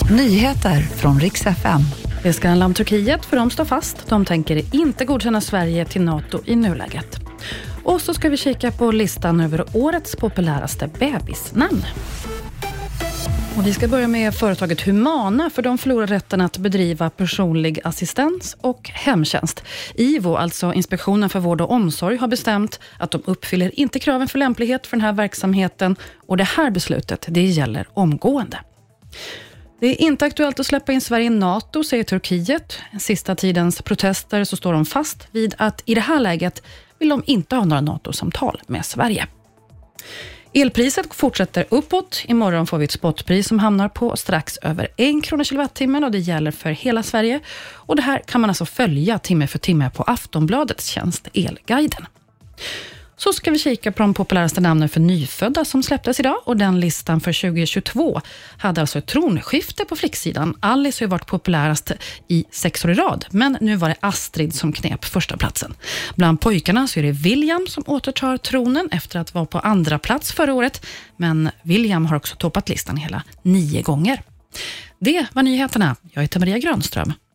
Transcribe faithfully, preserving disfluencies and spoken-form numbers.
Nyheter från Rix F M. Det ska handla om Turkiet, för de står fast. De tänker inte godkänna Sverige till NATO i nuläget. Och så ska vi kika på listan över årets populäraste bebisnamn. Och vi ska börja med företaget Humana, för de förlorar rätten att bedriva personlig assistans och hemtjänst. I V O, alltså Inspektionen för vård och omsorg, har bestämt att de uppfyller inte kraven för lämplighet för den här verksamheten, och det här beslutet det gäller omgående. Det är inte aktuellt att släppa in Sverige i NATO, säger Turkiet. Sista tidens protester så står de fast vid att i det här läget vill de inte ha några NATO-samtal med Sverige. Elpriset fortsätter uppåt. Imorgon får vi ett spotpris som hamnar på strax över en krona kilowattimmen, och det gäller för hela Sverige. Och det här kan man alltså följa timme för timme på Aftonbladets tjänst Elguiden. Så ska vi kika på de populäraste namnen för nyfödda som släpptes idag, och den listan för tjugo tjugotvå hade alltså ett tronskifte på flicksidan. Alice har ju varit populärast i sex år i rad, men nu var det Astrid som knep första platsen. Bland pojkarna så är det William som återtar tronen efter att vara på andra plats förra året, men William har också toppat listan hela nio gånger. Det var nyheterna. Jag heter Maria Grönström.